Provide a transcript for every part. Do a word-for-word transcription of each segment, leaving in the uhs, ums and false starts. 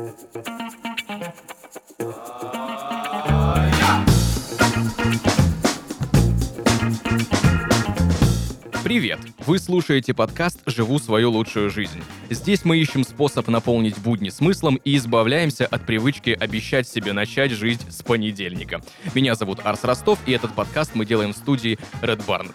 Привет! Вы слушаете подкаст «Живу свою лучшую жизнь». Здесь мы ищем способ наполнить будни смыслом и избавляемся от привычки обещать себе начать жизнь с понедельника. Меня зовут Арс Ростов, и этот подкаст мы делаем в студии Red Barn.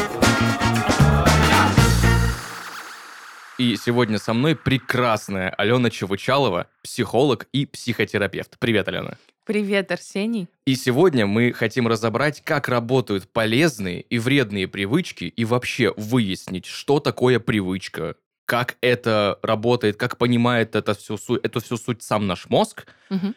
И сегодня со мной прекрасная Алена Чевычалова, психолог и психотерапевт. Привет, Алена. Привет, Арсений. И сегодня мы хотим разобрать, как работают полезные и вредные привычки, и вообще выяснить, что такое привычка, как это работает, как понимает это всю суть, эту всю суть сам наш мозг. Угу.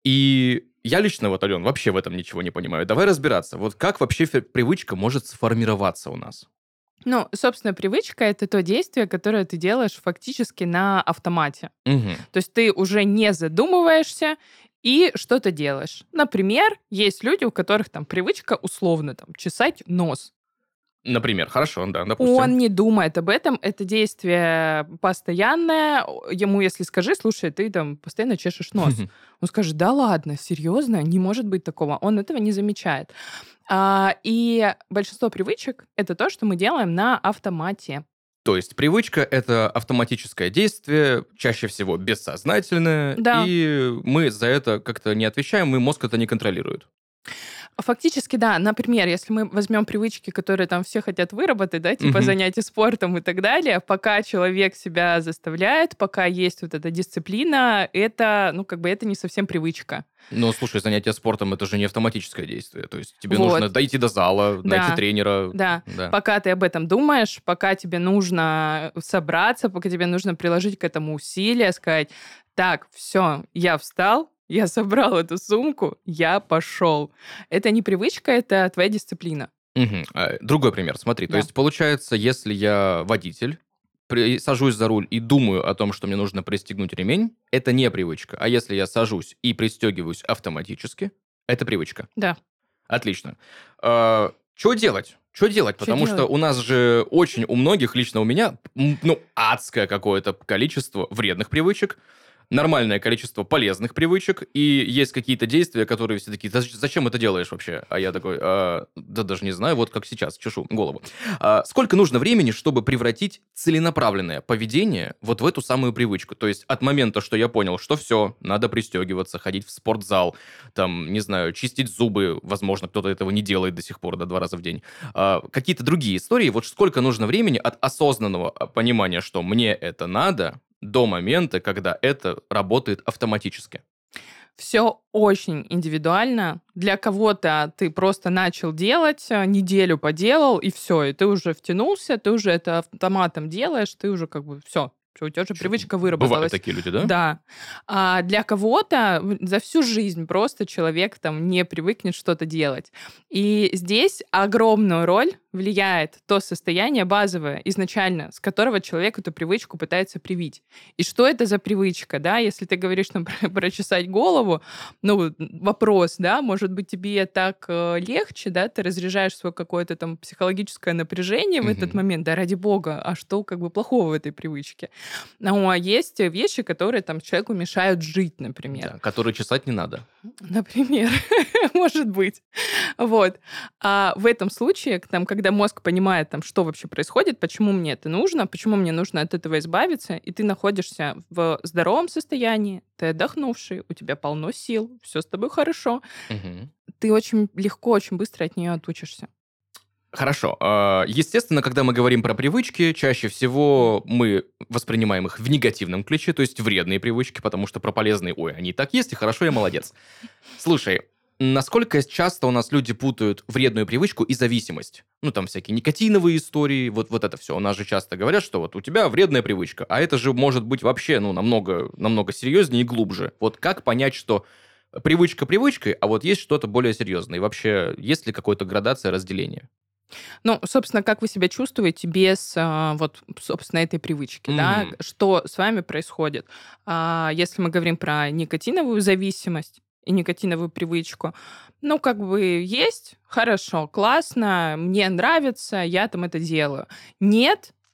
И я лично, вот, Ален, вообще в этом ничего не понимаю. Давай разбираться. Вот как вообще привычка может сформироваться у нас? Ну, собственно, привычка — это то действие, которое ты делаешь фактически на автомате. Угу. То есть ты уже не задумываешься и что-то делаешь. Например, есть люди, у которых там привычка условно там чесать нос. Например, хорошо, да, допустим. Он не думает об этом, это действие постоянное. Ему, если скажи, слушай, ты там постоянно чешешь нос. Он скажет, да ладно, серьезно, не может быть такого. Он этого не замечает. А, и большинство привычек — это то, что мы делаем на автомате. То есть привычка — это автоматическое действие, чаще всего бессознательное, Да. и мы за это как-то не отвечаем, и мозг это не контролирует. Фактически, да. Например, если мы возьмем привычки, которые там все хотят выработать, да, типа Мгм. занятия спортом и так далее, пока человек себя заставляет, пока есть вот эта дисциплина, это, ну, как бы это не совсем привычка. Но, слушай, занятие спортом — это же не автоматическое действие. То есть тебе Вот. нужно дойти до зала, Да. найти тренера. Да. Да. Пока ты об этом думаешь, пока тебе нужно собраться, пока тебе нужно приложить к этому усилия, сказать, так, все, я встал, я собрал эту сумку, я пошел. Это не привычка, это твоя дисциплина. Мгм. А, Другой пример, смотри. То Да. есть получается, если я водитель, при- сажусь за руль и думаю о том, что мне нужно пристегнуть ремень, это не привычка. А если я сажусь и пристегиваюсь автоматически, это привычка. Да. Отлично. Что делать? Что делать? Чё Потому что делать? у нас же очень у многих, лично у меня, м, ну, адское какое-то количество вредных привычек, нормальное количество полезных привычек, и есть какие-то действия, которые все такие, «Да зач- зачем это делаешь вообще?» А я такой, «А, да даже не знаю, вот как сейчас, чешу голову. А, сколько нужно времени, чтобы превратить целенаправленное поведение вот в эту самую привычку? То есть от момента, что я понял, что все, надо пристегиваться, ходить в спортзал, там, не знаю, чистить зубы, возможно, кто-то этого не делает до сих пор, да, два раза в день. А, какие-то другие истории, вот сколько нужно времени от осознанного а, понимания, что мне это надо, до момента, когда это работает автоматически. Все очень индивидуально. Для кого-то ты просто начал делать, а, неделю поделал, и все, и ты уже втянулся, ты уже это автоматом делаешь, ты уже как бы все, у тебя уже Чё, привычка Бывают выработалась. такие люди, да? Да. А для кого-то в- за всю жизнь просто человек там не привыкнет что-то делать. И здесь огромную роль влияет то состояние базовое изначально, с которого человек эту привычку пытается привить. И что это за привычка, да? Если ты говоришь, там, про- прочесать голову, ну, вопрос, да, может быть, тебе так э, легче, да, ты разряжаешь свое какое-то там психологическое напряжение в этот Мгм. момент, да, ради бога, а что как бы плохого в этой привычке? Ну, а есть вещи, которые там человеку мешают жить, например. Да, которые чесать не надо. Например, может быть. Вот. А в этом случае, к- там, когда мозг понимает, там, что вообще происходит, почему мне это нужно, почему мне нужно от этого избавиться, и ты находишься в здоровом состоянии, ты отдохнувший, у тебя полно сил, все с тобой хорошо, Мгм. ты очень легко, очень быстро от нее отучишься. Хорошо. а, Естественно, когда мы говорим про привычки, чаще всего мы воспринимаем их в негативном ключе, то есть вредные привычки, потому что про полезные, ой, они и так есть, и хорошо, я молодец. Слушай, насколько часто у нас люди путают вредную привычку и зависимость? Ну, там всякие никотиновые истории, вот, вот это все. У нас же часто говорят, что вот у тебя вредная привычка, а это же может быть вообще, ну, намного, намного серьезнее и глубже. Вот как понять, что привычка привычкой, а вот есть что-то более серьезное? И вообще, есть ли какая-то градация разделения? Ну, собственно, как вы себя чувствуете без а, вот, собственно, этой привычки, да? Мгм. Что с вами происходит? А, если мы говорим про никотиновую зависимость и никотиновую привычку, ну, как бы есть, хорошо, классно, мне нравится, я там это делаю. Нет,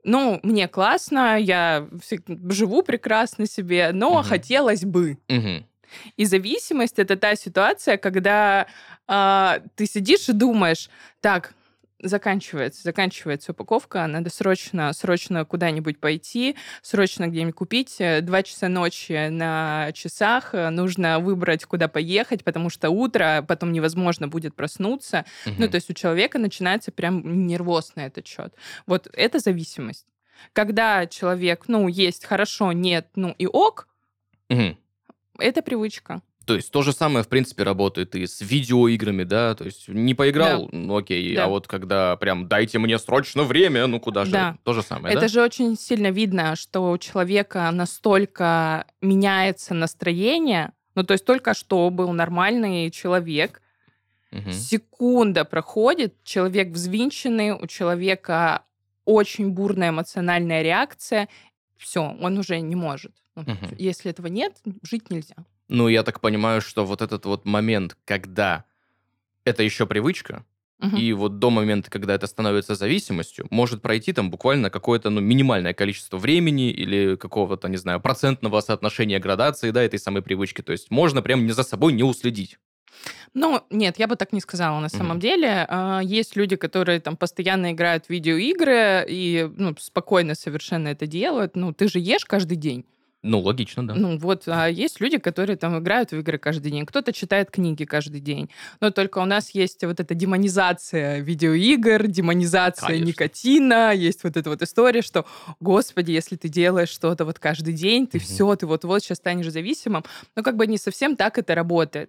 ну, мне классно, я живу прекрасно себе, но Мгм. хотелось бы. Мгм. И зависимость — это та ситуация, когда а, ты сидишь и думаешь, так, заканчивается, заканчивается упаковка, надо срочно, срочно куда-нибудь пойти, срочно где-нибудь купить. э, Два часа ночи на часах, э, нужно выбрать, куда поехать, потому что утро, потом невозможно будет проснуться. Ну, Мгм. то есть у человека начинается прям нервоз на этот счет. Вот это зависимость. Когда человек, ну, есть хорошо, нет, ну и ок, Мгм. это привычка. То есть то же самое, в принципе, работает и с видеоиграми, да? То есть не Да, поиграл, ну окей, а да. вот когда прям дайте мне срочно время, ну куда же? Да, То же самое, это да? же очень сильно видно, что у человека настолько меняется настроение. Ну, то есть только что был нормальный человек, Мгм. секунда проходит, человек взвинченный, у человека очень бурная эмоциональная реакция, все, он уже не может. Ну, Мгм. если этого нет, жить нельзя. Ну, я так понимаю, что вот этот вот момент, когда это еще привычка, Мгм. и вот до момента, когда это становится зависимостью, может пройти там буквально какое-то, ну, минимальное количество времени или какого-то, не знаю, процентного соотношения градации, да, этой самой привычки. То есть можно прям не за собой не уследить. Ну, нет, я бы так не сказала на самом Мгм. деле. А, Есть люди, которые там постоянно играют в видеоигры и ну, спокойно совершенно это делают. Ну, ты же ешь каждый день. Ну, логично, да. Ну вот, а есть люди, которые там играют в игры каждый день, кто-то читает книги каждый день. Но только у нас есть вот эта демонизация видеоигр, демонизация Конечно. никотина, есть вот эта вот история, что, господи, если ты делаешь что-то вот каждый день, ты Мгм. все, ты вот-вот сейчас станешь зависимым. Но как бы не совсем так это работает.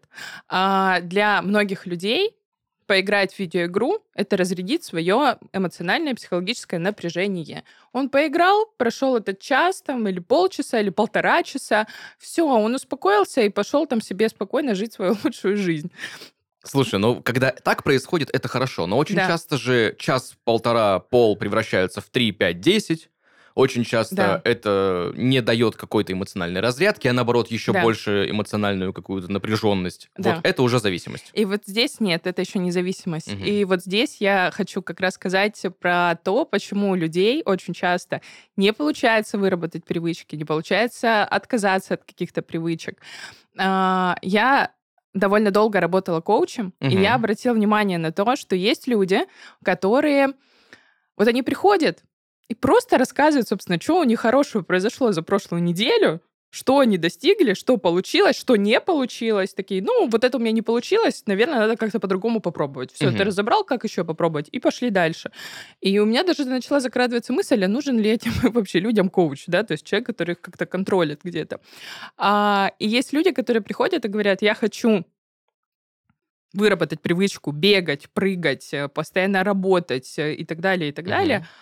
А для многих людей поиграть в видеоигру — это разрядить свое эмоциональное, психологическое напряжение. Он поиграл, прошел этот час там, или полчаса, или полтора часа, все, он успокоился и пошел там себе спокойно жить свою лучшую жизнь. Слушай, ну, когда так происходит, это хорошо, но очень Да, часто же час, полтора, пол превращаются в три, пять, десять. Очень часто да, это не дает какой-то эмоциональной разрядки, а наоборот еще да, больше эмоциональную какую-то напряженность. Вот да. это уже зависимость. И вот здесь нет, это еще не зависимость. Мгм. И вот здесь я хочу как раз сказать про то, почему у людей очень часто не получается выработать привычки, не получается отказаться от каких-то привычек. А, Я довольно долго работала коучем, и я Мгм. обратила внимание на то, что есть люди, которые вот они приходят и просто рассказывают, собственно, что у них хорошего произошло за прошлую неделю, что они достигли, что получилось, что не получилось. Такие, ну, вот это у меня не получилось, наверное, надо как-то по-другому попробовать. Все, ты Мгм. разобрал, как еще попробовать, и пошли дальше. И у меня даже начала закрадываться мысль, а нужен ли этим вообще людям коуч, да, то есть человек, который их как-то контролит где-то. А, и есть люди, которые приходят и говорят, я хочу выработать привычку бегать, прыгать, э, постоянно работать э, и так далее, и так далее. Мгм.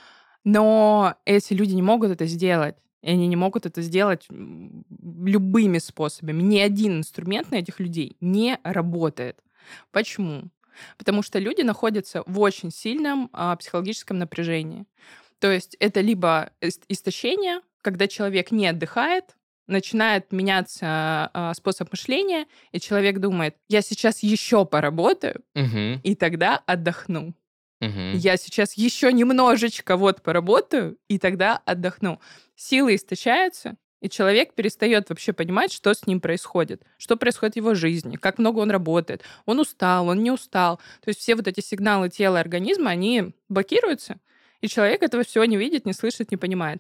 Но эти люди не могут это сделать. И они не могут это сделать м, любыми способами. Ни один инструмент на этих людей не работает. Почему? Потому что люди находятся в очень сильном а, психологическом напряжении. То есть это либо ис- истощение, когда человек не отдыхает, начинает меняться а, способ мышления, и человек думает, я сейчас еще поработаю, Мгм. и тогда отдохну. Мгм. Я сейчас еще немножечко вот поработаю, и тогда отдохну. Силы истощаются, и человек перестает вообще понимать, что с ним происходит, что происходит в его жизни, как много он работает. Он устал, он не устал. То есть все вот эти сигналы тела и организма, они блокируются, и человек этого всего не видит, не слышит, не понимает.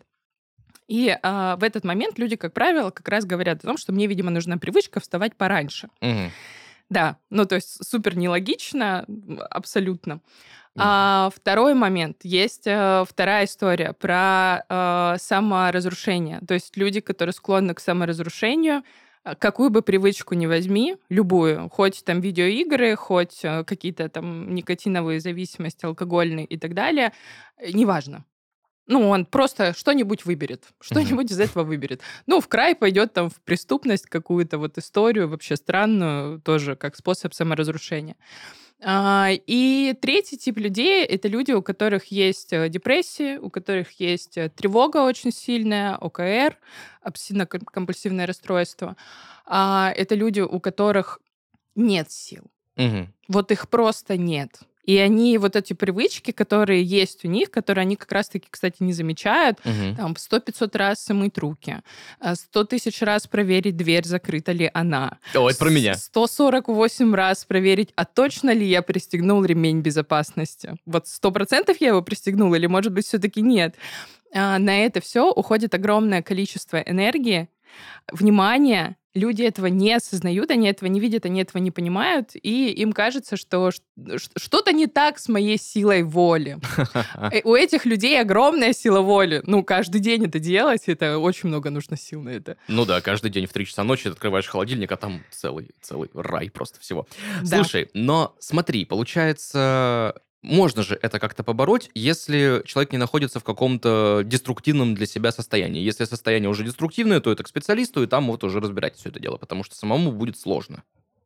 И а, в этот момент люди, как правило, как раз говорят о том, что мне, видимо, нужна привычка вставать пораньше. Мгм. Да, ну то есть супер нелогично, м, абсолютно. М. А второй момент. Есть э, вторая история про э, саморазрушение. То есть люди, которые склонны к саморазрушению, э, какую бы привычку ни возьми, любую, хоть там видеоигры, хоть э, какие-то там никотиновые зависимости, алкогольные и так далее, э, неважно. Ну, он просто что-нибудь выберет, Мгм. что-нибудь из этого выберет. Ну, в край пойдет там в преступность, какую-то вот историю вообще странную, тоже как способ саморазрушения. А, И третий тип людей — это люди, у которых есть э, депрессия, у которых есть э, тревога очень сильная, о ка эр, обсессивно-компульсивное расстройство. А, Это люди, у которых нет сил. Мгм. Вот их просто нет. И они вот эти привычки, которые есть у них, которые они как раз-таки, кстати, не замечают, Мгм. там сто-пятьсот раз мыть руки, а, сто тысяч раз проверить дверь, закрыта ли она, О, это про с- меня. сто сорок восемь раз проверить, а точно ли я пристегнул ремень безопасности. Вот сто процентов я его пристегнул или, может быть, все-таки нет. А, На это все уходит огромное количество энергии, внимания. Люди этого не осознают, они этого не видят, они этого не понимают, и им кажется, что ш- ш- что-то не так с моей силой воли. Э, У этих людей огромная сила воли. Ну, каждый день это делать, это очень много нужно сил на это. Ну да, каждый день в три часа ночи ты открываешь холодильник, а там целый, целый рай просто всего. Да. Слушай, но смотри, получается, можно же это как-то побороть, если человек не находится в каком-то деструктивном для себя состоянии. Если состояние уже деструктивное, то это к специалисту, и там вот уже разбирать все это дело, потому что самому будет сложно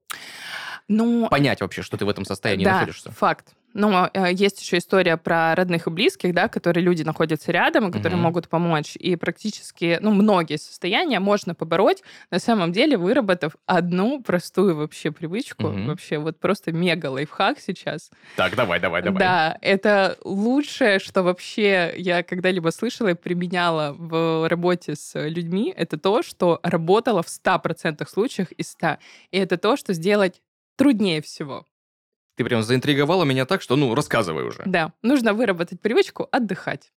Ну, понять вообще, что ты в этом состоянии да, находишься. факт. Но э, есть еще история про родных и близких, да, которые люди находятся рядом, и которые Мгм. могут помочь. И практически, ну, многие состояния можно побороть, на самом деле, выработав одну простую вообще привычку, Мгм. вообще вот просто мега лайфхак сейчас. Так, давай, давай, давай. Да, это лучшее, что вообще я когда-либо слышала и применяла в работе с людьми, это то, что работало в ста процентах случаях из ста. И это то, что сделать труднее всего. Ты прям заинтриговала меня так, что, ну, рассказывай уже. Да, нужно выработать привычку отдыхать.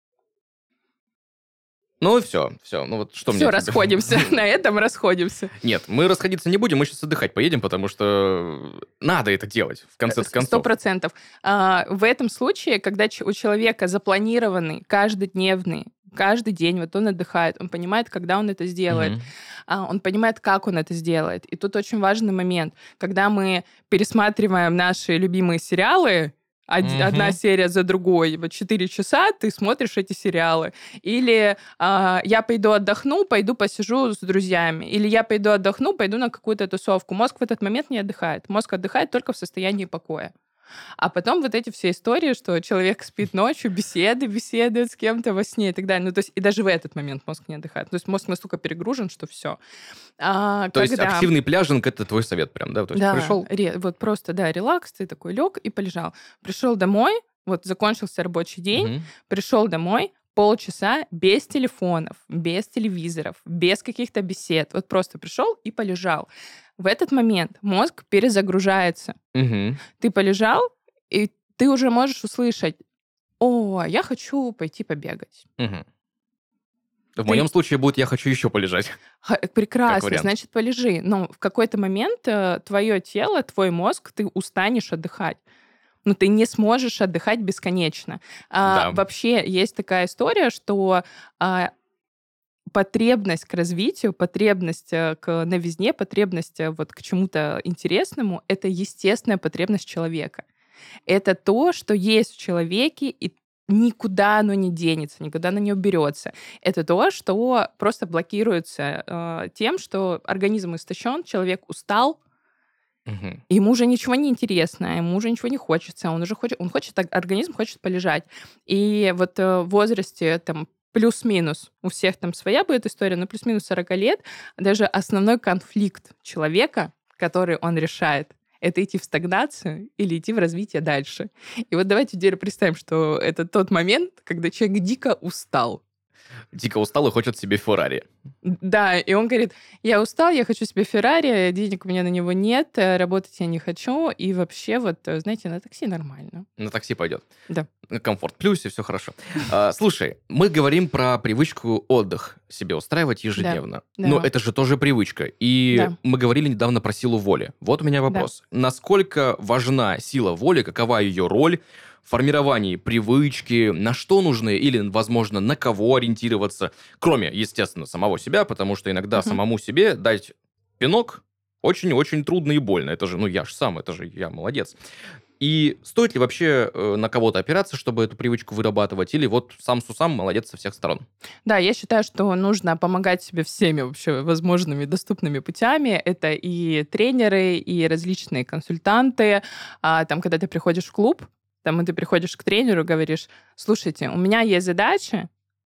Ну и все, все. Ну вот что мне Все, тебе- расходимся. На этом расходимся. Нет, мы расходиться не будем, мы сейчас отдыхать поедем, потому что надо это делать, в конце Сто концов. процентов. А, В этом случае, когда ч- у человека запланированный каждодневный, каждый день, вот он отдыхает, он понимает, когда он это сделает, Мгм. а, он понимает, как он это сделает. И тут очень важный момент, когда мы пересматриваем наши любимые сериалы, од- Мгм. одна серия за другой, вот четыре часа ты смотришь эти сериалы. Или а, я пойду отдохну, пойду посижу с друзьями. Или я пойду отдохну, пойду на какую-то тусовку. Мозг в этот момент не отдыхает. Мозг отдыхает только в состоянии покоя. А потом вот эти все истории, что человек спит ночью, беседы, беседует с кем-то во сне и так далее. Ну, то есть и даже в этот момент мозг не отдыхает. То есть мозг настолько перегружен, что все. А, То есть когда... активный пляжинг — это твой совет прям, да? То есть Да, пришел... ре- вот просто, да, релакс, ты такой лег и полежал. Пришел домой, вот закончился рабочий день, Мгм. пришел домой, полчаса без телефонов, без телевизоров, без каких-то бесед. Вот просто пришел и полежал. В этот момент мозг перезагружается. Мгм. Ты полежал, и ты уже можешь услышать: «О, я хочу пойти побегать». Мгм. В Ты- моем случае будет «я хочу еще полежать». Ха- Прекрасно, вариант. значит, полежи. Но в какой-то момент твое тело, твой мозг, ты устанешь отдыхать. Но ты не сможешь отдыхать бесконечно. А, Да. Вообще есть такая история, что а, потребность к развитию, потребность э, к новизне, потребность э, вот к чему-то интересному — это естественная потребность человека. Это то, что есть в человеке, и никуда оно не денется, никуда оно не уберется. Это то, что просто блокируется э, тем, что организм истощен, человек устал, Мгм. ему уже ничего не интересно, ему уже ничего не хочется, он уже хочет, он хочет, организм хочет полежать. И вот э, в возрасте там плюс-минус, у всех там своя будет история, но плюс-минус сорок лет, даже основной конфликт человека, который он решает, это идти в стагнацию или идти в развитие дальше. И вот давайте теперь представим, что это тот момент, когда человек дико устал. Дико устал и хочет себе Феррари. Да, и он говорит: я устал, я хочу себе Феррари, денег у меня на него нет, э, работать я не хочу, и вообще вот, э, знаете, на такси нормально. На такси пойдет. Да. Комфорт плюсе, все хорошо. А, слушай, мы говорим про привычку отдых себе устраивать ежедневно. да. Но это же тоже привычка. И Да. мы говорили недавно про силу воли. Вот у меня вопрос. Насколько важна сила воли, какова ее роль в формировании привычки, на что нужны или, возможно, на кого ориентироваться, кроме, естественно, самого себя, потому что иногда Мгм. самому себе дать пинок очень-очень трудно и больно. Это же, ну, я же сам, это же я молодец. И стоит ли вообще э, на кого-то опираться, чтобы эту привычку вырабатывать, или вот сам сусам молодец со всех сторон? Да, я считаю, что нужно помогать себе всеми вообще возможными доступными путями. Это и тренеры, и различные консультанты. А, там, когда ты приходишь в клуб, там, и ты приходишь к тренеру, говоришь: слушайте, у меня есть задача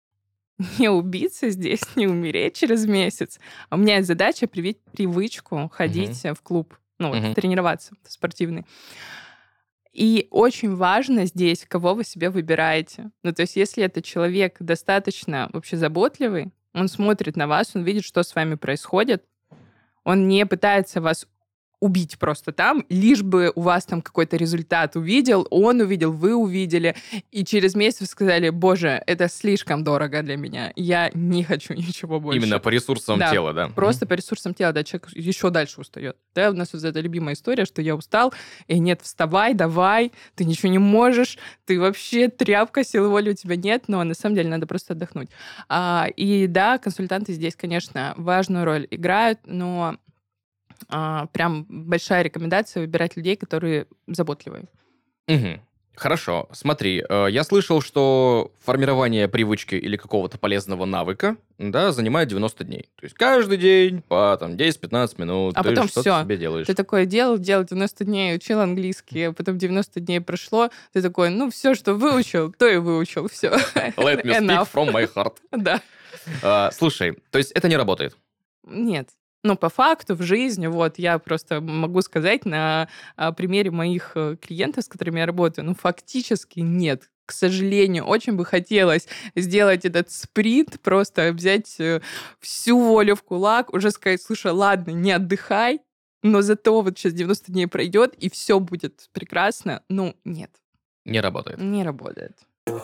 не убиться здесь, не умереть через месяц. А у меня есть задача привить привычку ходить в клуб, ну, вот, Мгм. тренироваться спортивный. И очень важно здесь, кого вы себе выбираете. Ну, то есть если это человек достаточно вообще заботливый, он смотрит на вас, он видит, что с вами происходит, он не пытается вас убить просто там, лишь бы у вас там какой-то результат увидел, он увидел, вы увидели, и через месяц вы сказали: боже, это слишком дорого для меня, я не хочу ничего больше. Именно по ресурсам да, тела, да? Просто mm-hmm. по ресурсам тела, да, человек еще дальше устает. Да, у нас вот эта любимая история, что я устал, и нет, вставай, давай, ты ничего не можешь, ты вообще тряпка, силы воли у тебя нет, но на самом деле надо просто отдохнуть. А, и да, консультанты здесь, конечно, важную роль играют, но А, прям большая рекомендация выбирать людей, которые заботливые. Угу. Хорошо, смотри, я слышал, что формирование привычки или какого-то полезного навыка, да, занимает девяносто дней. То есть каждый день по там, десять-пятнадцать минут а ты потом что-то все. себе делаешь. Ты такое делал, делал девяносто дней, учил английский, а потом девяносто дней прошло, ты такой: ну все, что выучил, то и выучил, все. Let me speak from my heart. Да. А, слушай, то есть это не работает? Нет. Ну, по факту, в жизни, вот, я просто могу сказать на а, примере моих клиентов, с которыми я работаю, ну, фактически нет. К сожалению, очень бы хотелось сделать этот спринт, просто взять всю волю в кулак, уже сказать: слушай, ладно, не отдыхай, но зато вот сейчас девяносто дней пройдет, и все будет прекрасно. Ну, нет. Не работает. Не работает.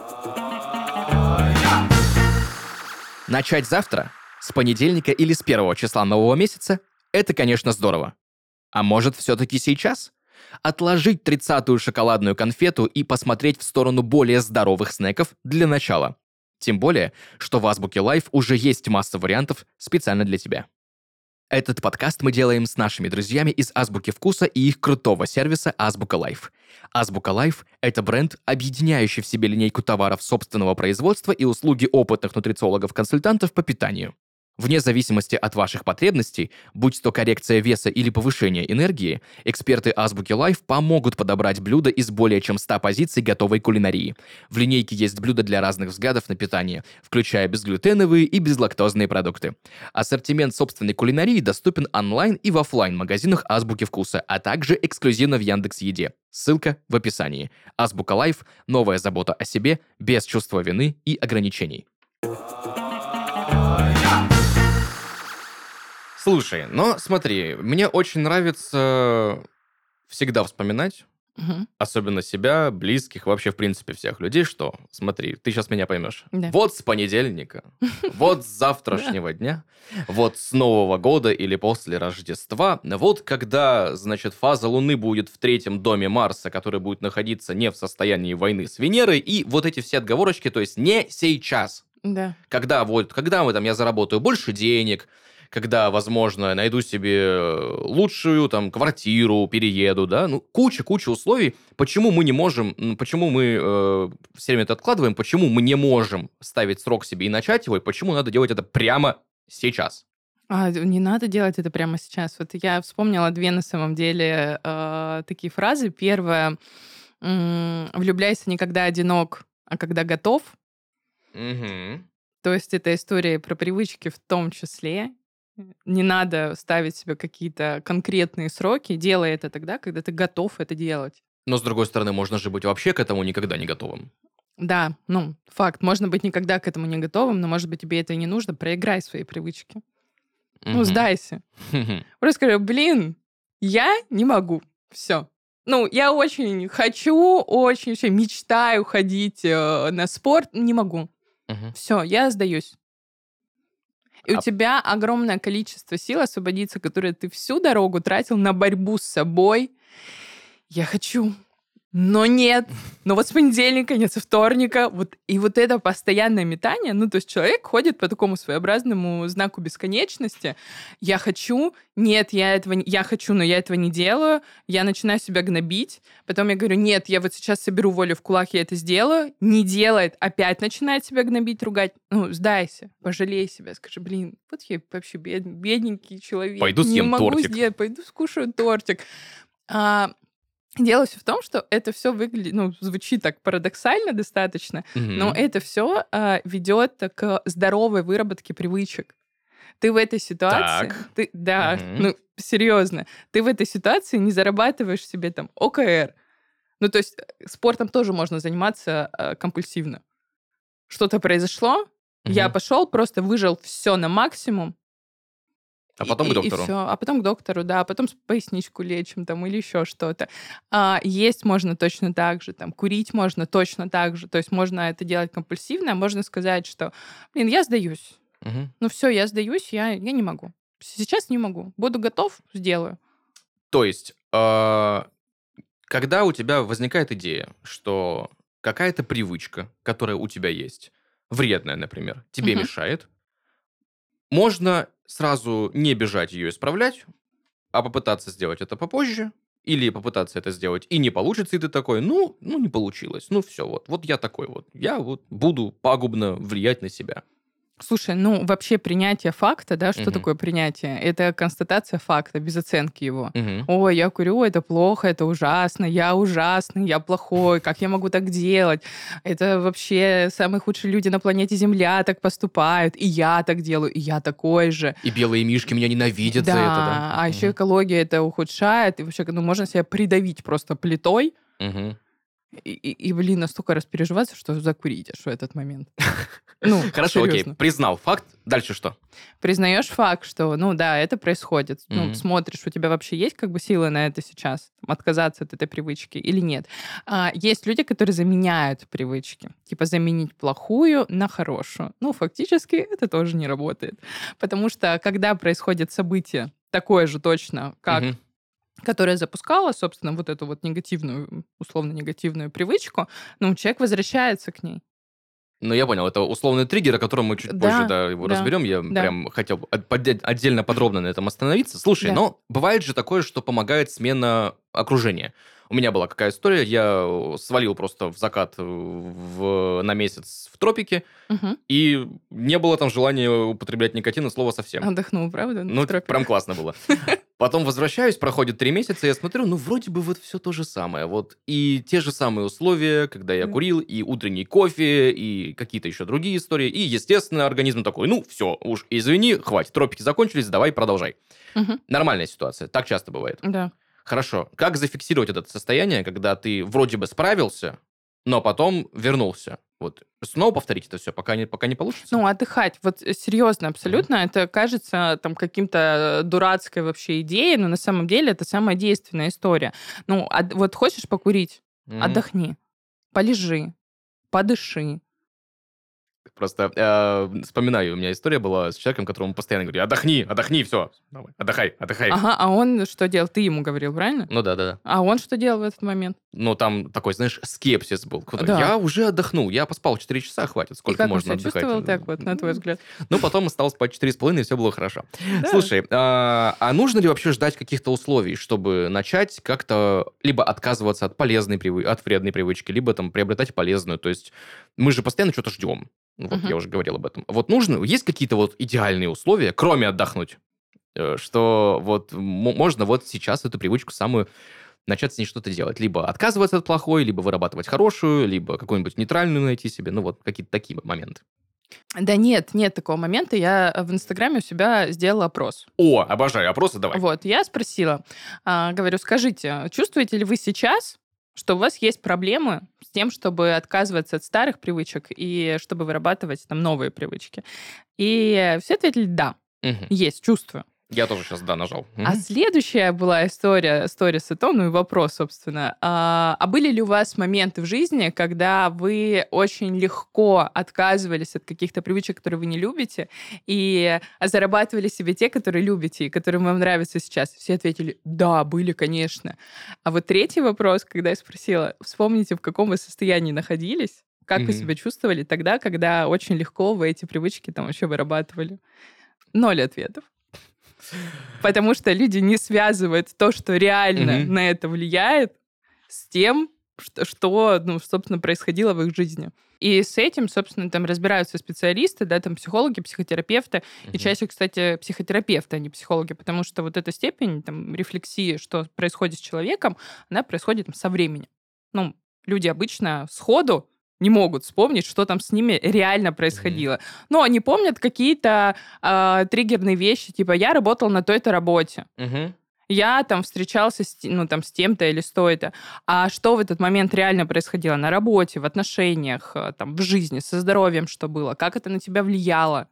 Начать завтра? С понедельника или с первого числа нового месяца – это, конечно, здорово. А может, все-таки сейчас? Отложить тридцатую шоколадную конфету и посмотреть в сторону более здоровых снеков для начала. Тем более, что в Азбуке Life уже есть масса вариантов специально для тебя. Этот подкаст мы делаем с нашими друзьями из Азбуки Вкуса и их крутого сервиса Азбука Life. Азбука Life – это бренд, объединяющий в себе линейку товаров собственного производства и услуги опытных нутрициологов-консультантов по питанию. Вне зависимости от ваших потребностей, будь то коррекция веса или повышение энергии, эксперты Азбуки Life помогут подобрать блюда из более чем ста позиций готовой кулинарии. В линейке есть блюда для разных взглядов на питание, включая безглютеновые и безлактозные продукты. Ассортимент собственной кулинарии доступен онлайн и в офлайн-магазинах Азбуки Вкуса, а также эксклюзивно в Яндекс.Еде. Ссылка в описании. Азбука Life – новая забота о себе, без чувства вины и ограничений. Слушай, но смотри, мне очень нравится всегда вспоминать, угу. особенно себя, близких, вообще, в принципе, всех людей, что, смотри, ты сейчас меня поймешь. Да. Вот с понедельника, вот с завтрашнего дня, вот с Нового года или после Рождества, вот когда, значит, фаза Луны будет в третьем доме Марса, который будет находиться не в состоянии войны с Венерой, и вот эти все отговорочки, то есть не сейчас. Да. Когда вот, когда мы там, я заработаю больше денег, когда, возможно, найду себе лучшую там квартиру, перееду, да, ну, куча-куча условий. Почему мы не можем, почему мы э, все время это откладываем, почему мы не можем ставить срок себе и начать его, и почему надо делать это прямо сейчас? А, не надо делать это прямо сейчас. Вот я вспомнила две, на самом деле, э, такие фразы. Первая м- «влюбляйся не когда одинок, а когда готов». Угу. То есть это история про привычки в том числе. Не надо ставить себе какие-то конкретные сроки. Делай это тогда, когда ты готов это делать. Но, с другой стороны, можно же быть вообще к этому никогда не готовым. Да, ну, факт. Можно быть никогда к этому не готовым, но, может быть, тебе это и не нужно. Проиграй свои привычки. Угу. Ну, сдайся. Просто скажи: блин, я не могу. Все. Ну, я очень хочу, очень все мечтаю ходить э, на спорт. Не могу. Угу. Все, я сдаюсь. И А... у тебя огромное количество сил освободится, которые ты всю дорогу тратил на борьбу с собой. Я хочу, но нет. Но вот с понедельника, нет, со вторника. Вот, и вот это постоянное метание, ну, то есть человек ходит по такому своеобразному знаку бесконечности. Я хочу, нет, я этого не... я хочу, но я этого не делаю. Я начинаю себя гнобить. Потом я говорю: нет, я вот сейчас соберу волю в кулак, я это сделаю. Не делает, опять начинает себя гнобить, ругать. Ну, сдайся, пожалей себя, скажи: блин, вот я вообще бед... бедненький человек. Пойду съем не могу тортик. Сделать, пойду скушаю тортик. А, Дело все в том, что это все выглядит, ну, звучит так парадоксально достаточно, Угу. но это все а, ведет к здоровой выработке привычек. Ты в этой ситуации, Так. ты, да, Угу. ну, серьезно, ты в этой ситуации не зарабатываешь себе там ОКР, Ну, то есть спортом тоже можно заниматься э, компульсивно. Что-то произошло, угу. я пошел, просто выжал все на максимум. А потом и, к доктору. И все. А потом к доктору, да. А потом поясничку лечим там или еще что-то. А, есть можно точно так же. Там, курить можно точно так же. То есть можно это делать компульсивно, а можно сказать, что, блин, я сдаюсь. Угу. Ну все, я сдаюсь, я, я не могу. Сейчас не могу. Буду готов, сделаю. То есть, э, когда у тебя возникает идея, что какая-то привычка, которая у тебя есть, вредная, например, тебе Мгм. мешает, можно сразу не бежать ее исправлять, а попытаться сделать это попозже, или попытаться это сделать и не получится, и ты такой, ну, ну не получилось, ну все, вот, вот я такой вот, я вот буду пагубно влиять на себя. Слушай, ну вообще принятие факта, да, что Мгм. такое принятие? Это констатация факта, без оценки его. Мгм. Ой, я курю, это плохо, это ужасно, я ужасный, я плохой, как я могу так делать? Это вообще самые худшие люди на планете Земля так поступают, и я так делаю, и я такой же. И белые мишки меня ненавидят Да, за это, да? а еще экология это ухудшает, и вообще, ну, можно себя придавить просто плитой, Мгм. и, и, и, блин, настолько распереживаться, что закурить аж в этот момент. Ну, Хорошо, окей, серьезно. признал факт, дальше что? Признаешь факт, что, ну да, это происходит. Ну, Мгм. смотришь, у тебя вообще есть как бы силы на это сейчас, там, отказаться от этой привычки или нет. А, есть люди, которые заменяют привычки. Типа заменить плохую на хорошую. Ну, фактически это тоже не работает. Потому что, когда происходит событие такое же точно, как Мгм. которая запускала, собственно, вот эту вот негативную, условно негативную привычку, ну, человек возвращается к ней. Ну, я понял, это условный триггер, о котором мы чуть Да, позже да, его да, разберем. Я да. прям хотел от- подде- отдельно подробно на этом остановиться. Слушай, Да. но бывает же такое, что помогает смена окружения. У меня была какая история, я э, свалил просто в закат э, в, на месяц в тропике, Мгм. и не было там желания употреблять никотин и слова совсем. Отдохнул, правда? Ну, в тропиках? прям классно было. Потом возвращаюсь, проходит три месяца, я смотрю, ну, вроде бы вот все то же самое. Вот и те же самые условия, когда я Да. курил, и утренний кофе, и какие-то еще другие истории. И, естественно, организм такой, ну, все, уж извини, хватит, тропики закончились, давай продолжай. Мгм. Нормальная ситуация, так часто бывает. Да. Хорошо, как зафиксировать это состояние, когда ты вроде бы справился, но потом вернулся? Вот снова повторить это все, пока не, пока не получится? Ну, отдыхать. Вот э, серьезно, абсолютно. Это кажется там каким-то дурацкой вообще идеей, но на самом деле это самая действенная история. Ну, от- вот хочешь покурить? Мгм. Отдохни. Полежи. Подыши. Просто э, вспоминаю, у меня история была с человеком, которому постоянно говорю, отдохни, отдохни, все, давай, отдыхай, отдыхай. Ага, а он что делал? Ты ему говорил, правильно? Ну да, да, да. А он что делал в этот момент? Ну там такой, знаешь, скепсис был. Какой-то, Да. Я уже отдохнул, я поспал четыре часа, хватит, И сколько как он можно себя отдыхать. чувствовал так вот, на твой взгляд? Ну, потом стал спать четыре с половиной, и все было хорошо. Да. Слушай, а, а нужно ли вообще ждать каких-то условий, чтобы начать как-то либо отказываться от полезной привычки, от вредной привычки, либо там приобретать полезную? То есть мы же постоянно что-то ждем. Вот Мгм. я уже говорил об этом. Вот нужно, есть какие-то вот идеальные условия, кроме отдохнуть, э, что вот м- можно вот сейчас эту привычку самую начать с ней что-то делать. Либо отказываться от плохой, либо вырабатывать хорошую, либо какую-нибудь нейтральную найти себе. Ну вот какие-то такие моменты. Да нет, нет такого момента. Я в Инстаграме у себя сделала опрос. О, обожаю опросы, давай. Вот, я спросила, а, говорю, скажите, чувствуете ли вы сейчас, что у вас есть проблемы с тем, чтобы отказываться от старых привычек и чтобы вырабатывать там новые привычки? И все ответили «да». Мгм. Есть, чувствую. Я тоже сейчас да нажал. А Мгм. следующая была история, сторис и то, ну и вопрос, собственно. А, а были ли у вас моменты в жизни, когда вы очень легко отказывались от каких-то привычек, которые вы не любите, и зарабатывали себе те, которые любите, и которые вам нравятся сейчас? Все ответили, да, были, конечно. А вот третий вопрос, когда я спросила, вспомните, в каком вы состоянии находились, как вы Мгм. себя чувствовали тогда, когда очень легко вы эти привычки там вообще вырабатывали? Ноль ответов. Потому что люди не связывают то, что реально Мгм. на это влияет, с тем, что, что, ну, собственно, происходило в их жизни. И с этим, собственно, там разбираются специалисты, да, там психологи, психотерапевты. И Мгм. чаще, кстати, психотерапевты, а не психологи, потому что вот эта степень там, рефлексии, что происходит с человеком, она происходит там, со временем. Ну, люди обычно сходу не могут вспомнить, что там с ними реально происходило. Но они помнят какие-то а, триггерные вещи, типа «я работал на той-то работе». Мгм. Я там встречался с, ну, там, с тем-то или с той-то. А что в этот момент реально происходило на работе, в отношениях, там, в жизни, со здоровьем, что было? Как это на тебя влияло?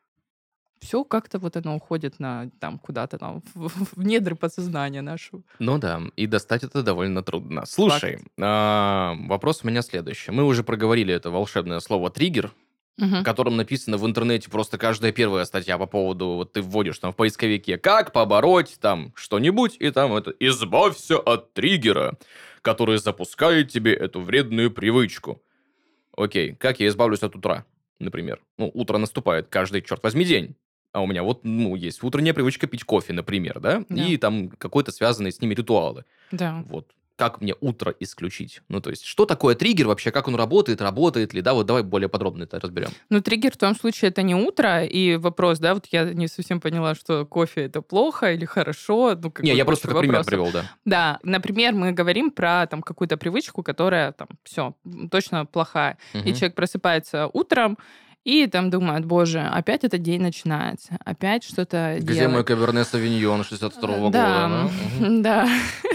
Все как-то вот оно уходит на, там, куда-то там, в, в недры подсознания нашего. Ну да, и достать это довольно трудно. Слушай, а, вопрос у меня следующий. Мы уже проговорили это волшебное слово «триггер», Мгм. в котором написано в интернете просто каждая первая статья по поводу, вот ты вводишь там в поисковике, как побороть там что-нибудь, и там это «избавься от триггера, который запускает тебе эту вредную привычку». Окей, как я избавлюсь от утра, например? Ну, утро наступает каждый, черт возьми, день. А у меня вот, ну, есть утренняя привычка пить кофе, например, да? Да. И там какой-то связанные с ними ритуалы. Да. Вот. Как мне утро исключить? Ну, то есть, что такое триггер вообще? Как он работает? Работает ли? Да, вот давай более подробно это разберем. Ну, триггер в том случае это не утро, и вопрос, да, вот я не совсем поняла, что кофе это плохо или хорошо. Ну, как Не, бы я просто куча как пример вопросов. привел, да. Да, например, мы говорим про там какую-то привычку, которая там все, точно плохая. И Мгм. человек просыпается утром и там думает, боже, опять этот день начинается, опять что-то Где мой делать. Каберне Савиньон шестьдесят второго Да, года, да? Мгм. да.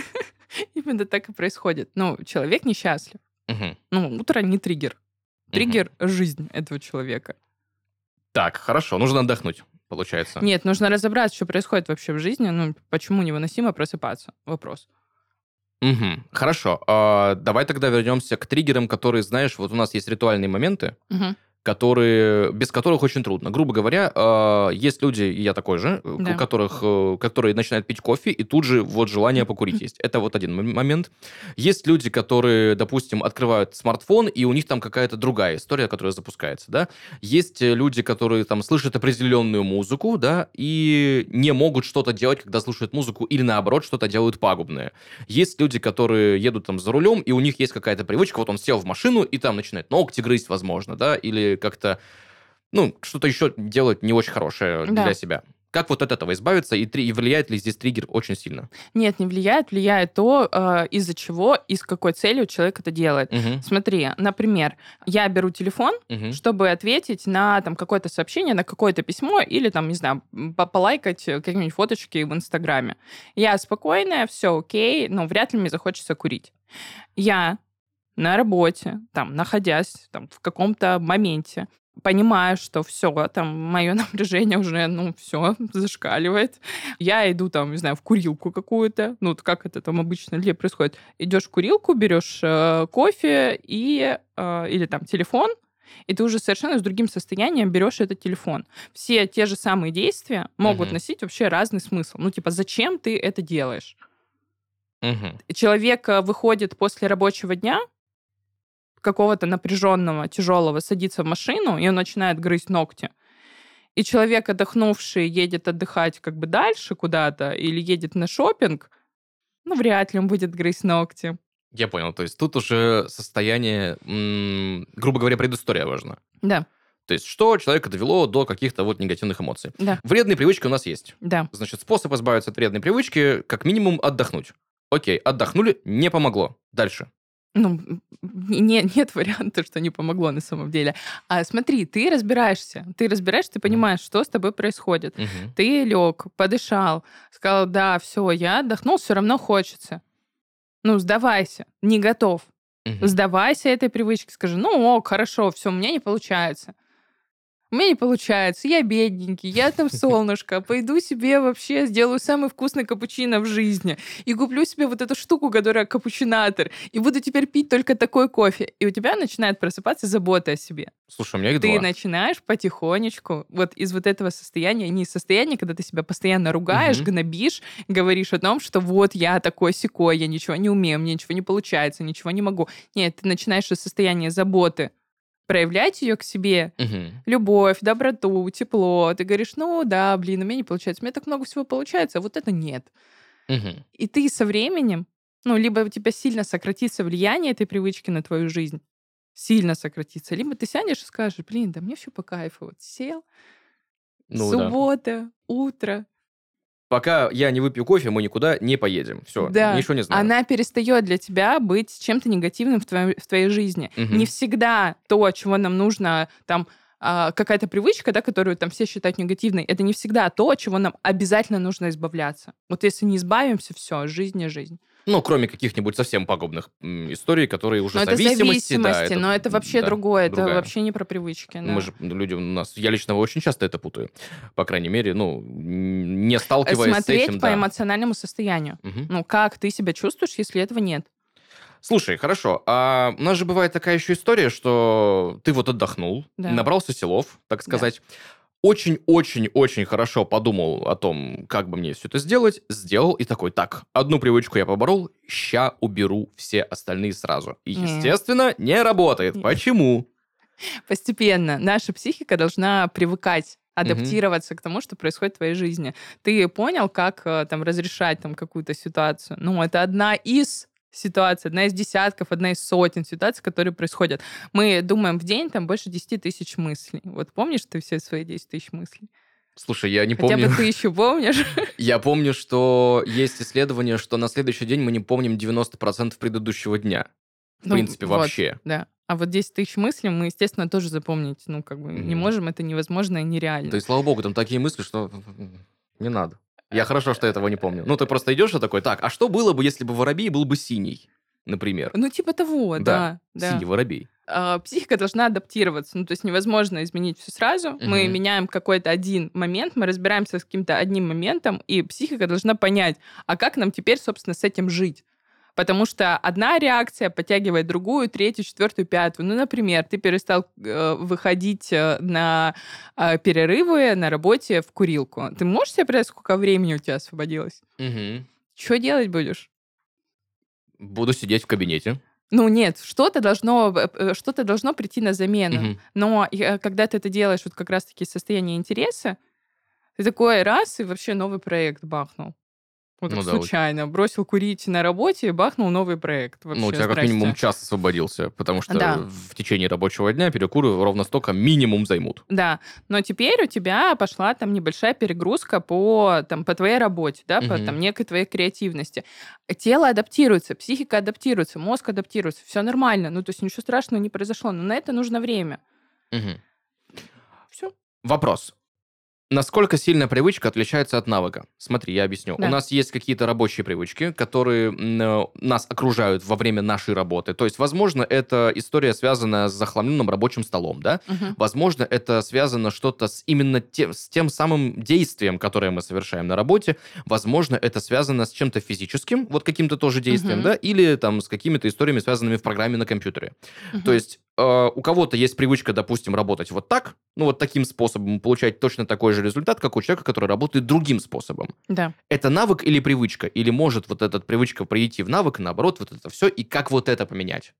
Именно так и происходит. Ну, человек несчастлив. Мгм. Ну, утро не триггер. Мгм. Триггер– жизнь этого человека. Так, хорошо, нужно отдохнуть, получается. Нет, нужно разобраться, что происходит вообще в жизни. Ну, почему невыносимо просыпаться? Вопрос. Мгм. Хорошо. А, давай тогда вернемся к триггерам, которые, знаешь, вот у нас есть ритуальные моменты, Мгм. которые, без которых очень трудно. Грубо говоря, а, есть люди, и я такой же, у Да. которых, э, которые начинают пить кофе, и тут же вот желание покурить есть. Это вот один м- момент. Есть люди, которые, допустим, открывают смартфон, и у них там какая-то другая история, которая запускается, да. Есть э, люди, которые там слышат определенную музыку, да, и не могут что-то делать, когда слушают музыку, или наоборот, что-то делают пагубное. Есть люди, которые едут там за рулем, и у них есть какая-то привычка, вот он сел в машину, и там начинает ногти грызть, возможно, да, или как-то, ну, что-то еще делать не очень хорошее Да. для себя. Как вот от этого избавиться, и, три- и влияет ли здесь триггер очень сильно? Нет, не влияет. Влияет то, э, из-за чего и с какой целью человек это делает. Мгм. Смотри, например, я беру телефон, Мгм. чтобы ответить на там какое-то сообщение, на какое-то письмо или там, не знаю, м, по- полайкать э, какие-нибудь фоточки в Инстаграме. Я спокойная, все окей, но вряд ли мне захочется курить. Я на работе, там, находясь там, в каком-то моменте, понимаю, что все, там, мое напряжение уже, ну, все, зашкаливает. Я иду, там, не знаю, в курилку какую-то. Ну, вот как это там обычно где происходит? Идешь в курилку, берешь э, кофе и, э, или там телефон, и ты уже совершенно с другим состоянием берешь этот телефон. Все те же самые действия могут Мгм. носить вообще разный смысл. Ну, типа, зачем ты это делаешь? Мгм. Человек э, выходит после рабочего дня, какого-то напряженного, тяжелого, садится в машину, и он начинает грызть ногти. И человек, отдохнувший, едет отдыхать как бы дальше куда-то или едет на шопинг, ну, вряд ли он будет грызть ногти. Я понял. То есть тут уже состояние, м, грубо говоря, предыстория важна. Да, То есть что человека довело до каких-то вот негативных эмоций. да, Вредные привычки у нас есть. да. Значит, способ избавиться от вредной привычки, как минимум, отдохнуть. Окей, отдохнули, не помогло. Дальше. Ну, м, не, нет варианта, что не помогло на самом деле. А смотри, ты разбираешься, ты разбираешься, ты понимаешь, что с тобой происходит. Мгм. Ты лег, подышал, сказал, да, все, я отдохнул, все равно хочется. Ну, сдавайся, не готов. Мгм. Сдавайся этой привычке, скажи, ну ок, хорошо, все, у меня не получается. У меня не получается, я бедненький, я там солнышко, пойду себе вообще сделаю самый вкусный капучино в жизни и куплю себе вот эту штуку, которая капучинатор, и буду теперь пить только такой кофе. И у тебя начинает просыпаться забота о себе. Слушай, у меня их Ты два. начинаешь потихонечку вот из вот этого состояния, не из состояния, когда ты себя постоянно ругаешь, Мгм. гнобишь, говоришь о том, что вот я такой-сякой, я ничего не умею, мне ничего не получается, ничего не могу. Нет, ты начинаешь из состояния заботы проявлять ее к себе, Мгм. любовь, доброту, тепло. Ты говоришь, ну да, блин, у меня не получается, у меня так много всего получается, а вот это нет. Мгм. И ты со временем, ну, либо у тебя сильно сократится влияние этой привычки на твою жизнь, сильно сократится, либо ты сядешь и скажешь, блин, да мне все по кайфу. Вот сел, Ну да. суббота, утро. Пока я не выпью кофе, мы никуда не поедем. Все, Да, ничего не знаю. она перестает для тебя быть чем-то негативным в твоей, в твоей жизни. Мгм. Не всегда то, чего нам нужно там а, какая-то привычка, да, которую там все считают негативной, это не всегда то, от чего нам обязательно нужно избавляться. Вот если не избавимся, все, жизнь не жизнь. Ну, кроме каких-нибудь совсем пагубных м, историй, которые уже Но это зависимости. зависимости, Да, это, но это вообще да, другое, это другая. вообще не про привычки. Да. Мы же люди у нас, я лично очень часто это путаю, по крайней мере, ну, не сталкиваясь Смотреть с этим. по Да. эмоциональному состоянию. Мгм. Ну, как ты себя чувствуешь, если этого нет? Слушай, хорошо, а у нас же бывает такая еще история, что ты вот отдохнул, Да. набрался силов, так Да. сказать, очень-очень-очень хорошо подумал о том, как бы мне все это сделать, сделал и такой, так, одну привычку я поборол, ща уберу все остальные сразу. И, Не. естественно, не работает. Не. Почему? Постепенно наша психика должна привыкать, адаптироваться к тому, что происходит в твоей жизни. Ты понял, как э, там разрешать там какую-то ситуацию? Ну, это одна из ситуаций, одна из десятков, одна из сотен ситуаций, которые происходят. Мы думаем в день там больше десять тысяч мыслей. Вот помнишь ты все свои десять тысяч мыслей? Слушай, я не Хотя помню. бы тысячу помнишь? Я помню, что есть исследование, что на следующий день мы не помним девяносто процентов предыдущего дня. В Ну, принципе, вот, вообще. да. А вот десять тысяч мыслей мы, естественно, тоже запомнить, ну, как бы не Мгм. можем, это невозможно и нереально. Да и слава богу, там такие мысли, что не надо. Я хорошо, что этого не помню. Ну, ты просто идешь и такой, так, а что было бы, если бы воробей был бы синий, например? Ну, типа того, да. да. Синий воробей. А, психика должна адаптироваться. Ну, то есть невозможно изменить все сразу. Мы Мгм. меняем какой-то один момент, мы разбираемся с каким-то одним моментом, и психика должна понять, а как нам теперь, собственно, с этим жить. Потому что одна реакция подтягивает другую, третью, четвертую, пятую. Ну, например, ты перестал э, выходить э, на э, перерывы на работе в курилку. Ты можешь себе представить, сколько времени у тебя освободилось? Мгм. Что делать будешь? Буду сидеть в кабинете. Ну, нет, что-то должно, э, э, что-то должно прийти на замену. Мгм. Но э, когда ты это делаешь вот как раз-таки из состояния интереса, ты такой раз, и вообще новый проект бахнул. Вот так Ну да, вот. случайно. Бросил курить на работе и бахнул новый проект. Вообще, Ну, у тебя как здрасте. минимум час освободился, потому что Да. в течение рабочего дня перекуры ровно столько минимум займут. Да, но теперь у тебя пошла там небольшая перегрузка по, там, по твоей работе, да, по Мгм. там, некой твоей креативности. Тело адаптируется, психика адаптируется, мозг адаптируется, все нормально. Ну, то есть ничего страшного не произошло, но на это нужно время. Мгм. Все. Вопрос. Насколько сильно привычка отличается от навыка? Смотри, я объясню. Да. У нас есть какие-то рабочие привычки, которые м, э, нас окружают во время нашей работы. То есть, возможно, это история, связанная с захламленным рабочим столом, да? Возможно, это связано что-то с именно тем, с тем самым действием, которое мы совершаем на работе. Возможно, это связано с чем-то физическим, вот каким-то тоже действием, Мгм. да? Или там с какими-то историями, связанными в программе на компьютере. То есть э, у кого-то есть привычка, допустим, работать вот так, ну вот таким способом, получать точно такой же результат, как у человека, который работает другим способом. Да. Это навык или привычка? Или может вот эта привычка прийти в навык, наоборот, вот это все, и как вот это поменять?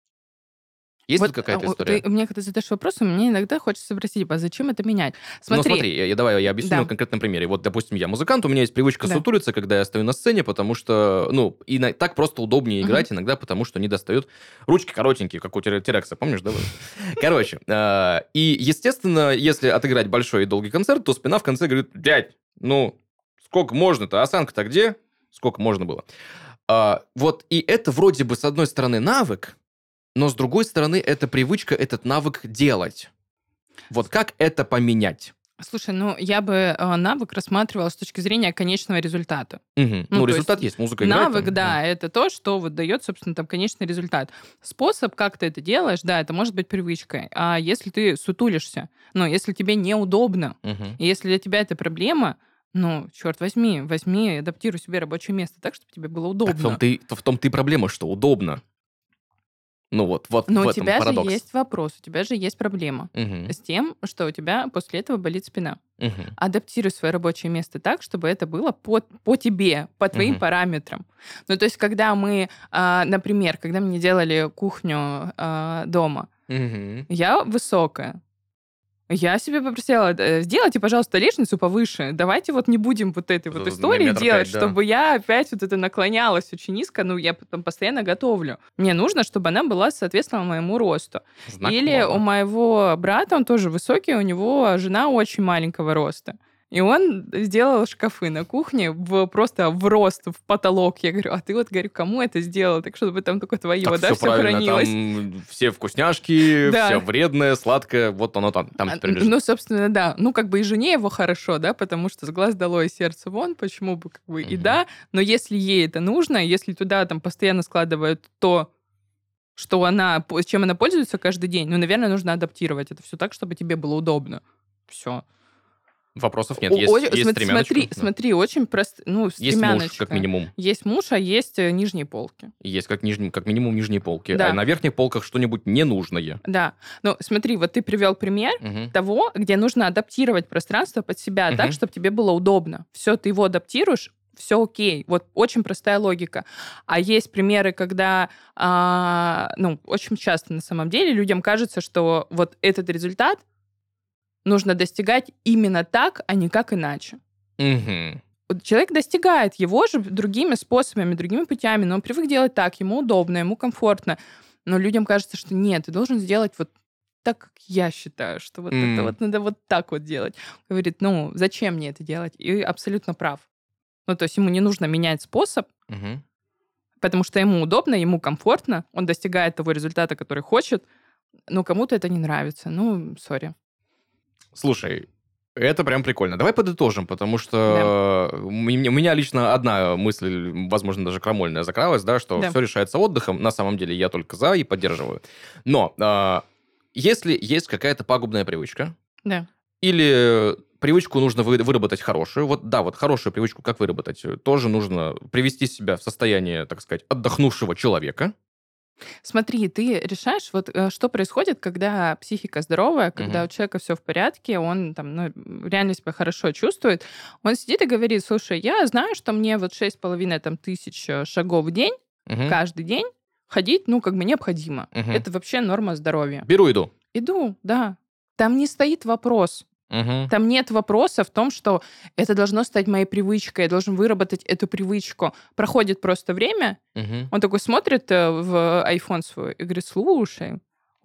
Есть Вот тут какая-то э, о, история? ты, мне когда задаешь вопрос, мне иногда хочется спросить, типа, а зачем это менять? Ну Смотри, смотри, я, я- давай я объясню Да. на конкретном примере. Вот, допустим, я музыкант, у меня есть привычка Да. сутулиться, когда я стою на сцене, потому что, ну, и на- так просто удобнее Мгм. играть иногда, потому что не достают ручки коротенькие, как у Тер- Терекса, помнишь, да? вот? Короче, э, и, естественно, если отыграть большой и долгий концерт, то спина в конце говорит, дядь, ну, сколько можно-то? Осанка-то где? Сколько можно было? А, вот, и это вроде бы, с одной стороны, навык, но с другой стороны, это привычка этот навык делать. Вот как это поменять? слушай, ну я бы э, навык рассматривала с точки зрения конечного результата. Мгм. Ну, Ну, то результат есть есть, музыка играет. Навык, там, да, это то, что вот дает, собственно, там конечный результат. Способ, как ты это делаешь, да, это может быть привычкой. А если ты сутулишься, ну, если тебе неудобно, да. Мгм. и если для тебя это проблема, ну, черт возьми, возьми, адаптируй себе рабочее место так, чтобы тебе было Так в том удобно. ты, в том ты и проблема, что удобно. Ну вот, вот Но в у этом тебя парадокс. же есть вопрос, у тебя же есть проблема Мгм. с тем, что у тебя после этого болит спина. Мгм. Адаптируй свое рабочее место так, чтобы это было по, по тебе, по твоим Мгм. параметрам. Ну, то есть, когда мы, а, например, когда мне делали кухню а, дома, Мгм. я высокая. Я себе попросила, э, сделайте, пожалуйста, лестницу повыше. Давайте вот не будем вот этой вот Вот истории метр делать, пять, да. чтобы я опять вот это наклонялась очень низко. Ну, я потом постоянно готовлю. Мне нужно, чтобы она была, соответственно, моему росту. Или у Знакомо. моего брата, он тоже высокий, у него жена очень маленького роста. И он сделал шкафы на кухне в, просто в рост, в потолок. Я говорю, а ты вот, говорю, кому это сделал? Так чтобы там только твое, так да, все, все хранилось. Там все вкусняшки, да. Все вредное, сладкое, вот оно там, там теперь лежит. Ну, собственно, да. Ну, как бы и жене его хорошо, да, потому что с глаз долой, сердце вон, почему бы, как бы, угу. и да. Но если ей это нужно, если туда там постоянно складывают то, что она, чем она пользуется каждый день, ну, наверное, нужно адаптировать это все так, чтобы тебе было удобно. Все. Вопросов нет, есть, О, есть смотри, стремяночка. Смотри, да. смотри, очень просто, ну, стремяночка. Есть муж, как минимум. Есть муж, а есть нижние полки. Есть как, нижний, как минимум нижние полки. Да. А на верхних полках что-нибудь ненужное. Да. Ну, смотри, вот ты привел пример угу. того, где нужно адаптировать пространство под себя угу. так, чтобы тебе было удобно. Все, ты его адаптируешь, все окей. Вот очень простая логика. А есть примеры, когда, а, ну, очень часто на самом деле людям кажется, что вот этот результат нужно достигать именно так, а не как иначе. Угу. Человек достигает его же другими способами, другими путями, но он привык делать так, ему удобно, ему комфортно. Но людям кажется, что нет, ты должен сделать вот так, как я считаю, что вот mm. это вот надо вот так вот делать. Говорит, ну, зачем мне это делать? И абсолютно прав. Ну, то есть ему не нужно менять способ, угу. потому что ему удобно, ему комфортно, он достигает того результата, который хочет, но кому-то это не нравится. Ну, сори. Слушай, это прям прикольно. Давай подытожим, потому что да. у меня лично одна мысль, возможно, даже крамольная закралась, да, что да. все решается отдыхом. На самом деле я только за и поддерживаю. Но э, если есть какая-то пагубная привычка, да. или привычку нужно вы, выработать хорошую, вот да, вот хорошую привычку как выработать? Тоже нужно привести себя в состояние, так сказать, отдохнувшего человека. Смотри, ты решаешь, вот что происходит, когда психика здоровая, когда угу. у человека все в порядке, он там, ну, реально себя хорошо чувствует, он сидит и говорит, слушай, я знаю, что мне вот шесть с половиной там, тысяч шагов в день, угу. каждый день ходить, ну, как бы необходимо. Угу. Это вообще норма здоровья. Беру, иду. Иду, да. Там не стоит вопрос. Угу. Там нет вопроса в том, что это должно стать моей привычкой, я должен выработать эту привычку. Проходит просто время, угу. он такой смотрит в iPhone свой и говорит, слушай,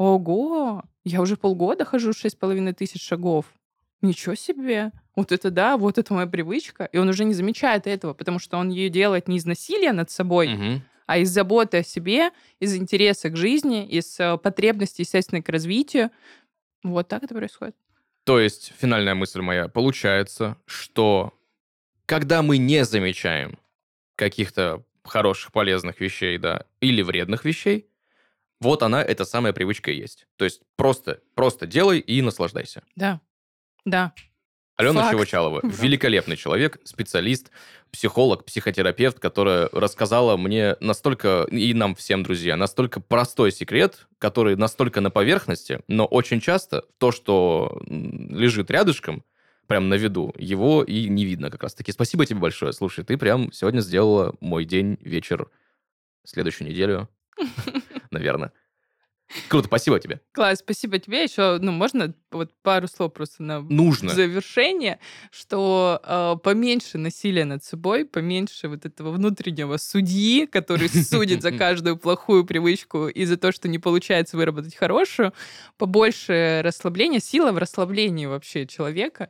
ого, я уже полгода хожу шесть с половиной тысяч шагов. Ничего себе. Вот это да, вот это моя привычка. И он уже не замечает этого, потому что он ее делает не из насилия над собой, угу. а из заботы о себе, из интереса к жизни, из потребности, естественно, к развитию. Вот так это происходит. То есть, финальная мысль моя, получается, что когда мы не замечаем каких-то хороших, полезных вещей, да, или вредных вещей, вот она, эта самая привычка и есть. То есть просто, просто делай и наслаждайся. Да, да. Алена Факт. Чевачалова, великолепный человек, специалист, психолог, психотерапевт, которая рассказала мне настолько, и нам всем, друзья, настолько простой секрет, который настолько на поверхности, но очень часто то, что лежит рядышком, прям на виду, его и не видно как раз-таки. Спасибо тебе большое. Слушай, ты прям сегодня сделала мой день, вечер, следующую неделю, наверное. Круто, спасибо тебе. Класс, спасибо тебе. Еще, ну, можно вот пару слов просто на Нужно. завершение, что э, поменьше насилия над собой, поменьше вот этого внутреннего судьи, который судит за каждую плохую привычку и за то, что не получается выработать хорошую, побольше расслабления, сила в расслаблении вообще человека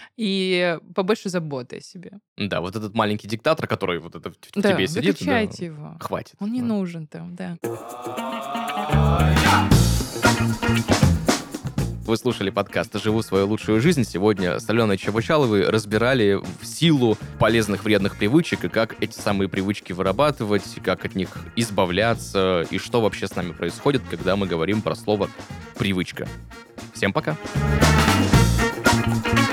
и побольше заботы о себе. Да, вот этот маленький диктатор, который вот это в да, тебе сидит. выключайте да, его. Хватит. Он не да. нужен там, да. Вы слушали подкаст «Живу свою лучшую жизнь». Сегодня с Аленой Чевачаловой разбирали силу полезных вредных привычек и как эти самые привычки вырабатывать, как от них избавляться и что вообще с нами происходит, когда мы говорим про слово «привычка». Всем пока! Thank you.